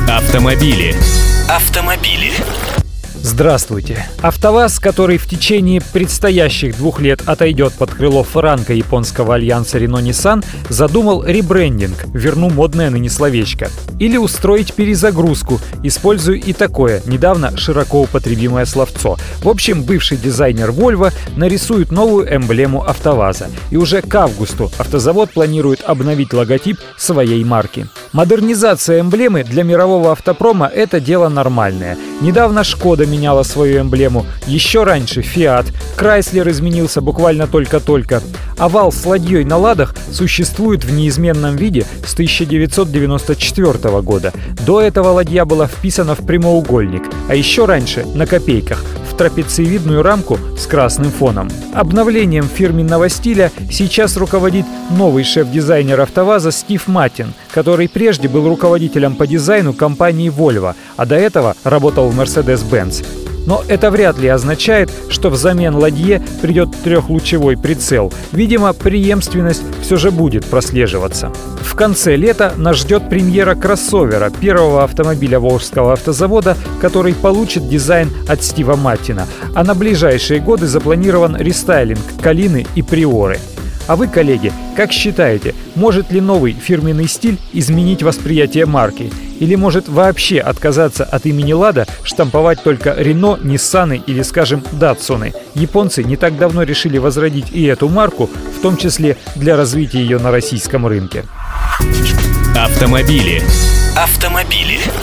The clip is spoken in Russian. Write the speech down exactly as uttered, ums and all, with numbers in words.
Автомобили. Автомобили. Здравствуйте! АвтоВАЗ, который в течение предстоящих двух лет отойдет под крыло франко-японского альянса Renault-Nissan, задумал ребрендинг, верну модное ныне словечко, или устроить перезагрузку, используя и такое недавно широко употребимое словцо. В общем, бывший дизайнер Volvo нарисует новую эмблему АвтоВАЗа, и уже к августу автозавод планирует обновить логотип своей марки. Модернизация эмблемы для мирового автопрома – это дело нормальное. Недавно Шкода меняла свою эмблему, еще раньше Fiat, Chrysler изменился буквально только-только. Овал с ладьей на ладах существует в неизменном виде с тысяча девятьсот девяносто четвёртого года. До этого ладья была вписана в прямоугольник, а еще раньше – на копейках, в трапециевидную рамку с красным фоном. Обновлением фирменного стиля сейчас руководит новый шеф-дизайнер АвтоВАЗа Стив Маттин, который прежде был руководителем по дизайну компании Volvo, а до этого работал в Mercedes-Benz. Но это вряд ли означает, что взамен ладье придет трехлучевой прицел. Видимо, преемственность все же будет прослеживаться. В конце лета нас ждет премьера кроссовера, первого автомобиля Волжского автозавода, который получит дизайн от Стива Маттина. А на ближайшие годы запланирован рестайлинг Калины и Приоры. А вы, коллеги, как считаете, может ли новый фирменный стиль изменить восприятие марки? Или может вообще отказаться от имени Лада, штамповать только Renault, Nissan или, скажем, Datsun? Японцы не так давно решили возродить и эту марку, в том числе для развития ее на российском рынке. Автомобили. Автомобили.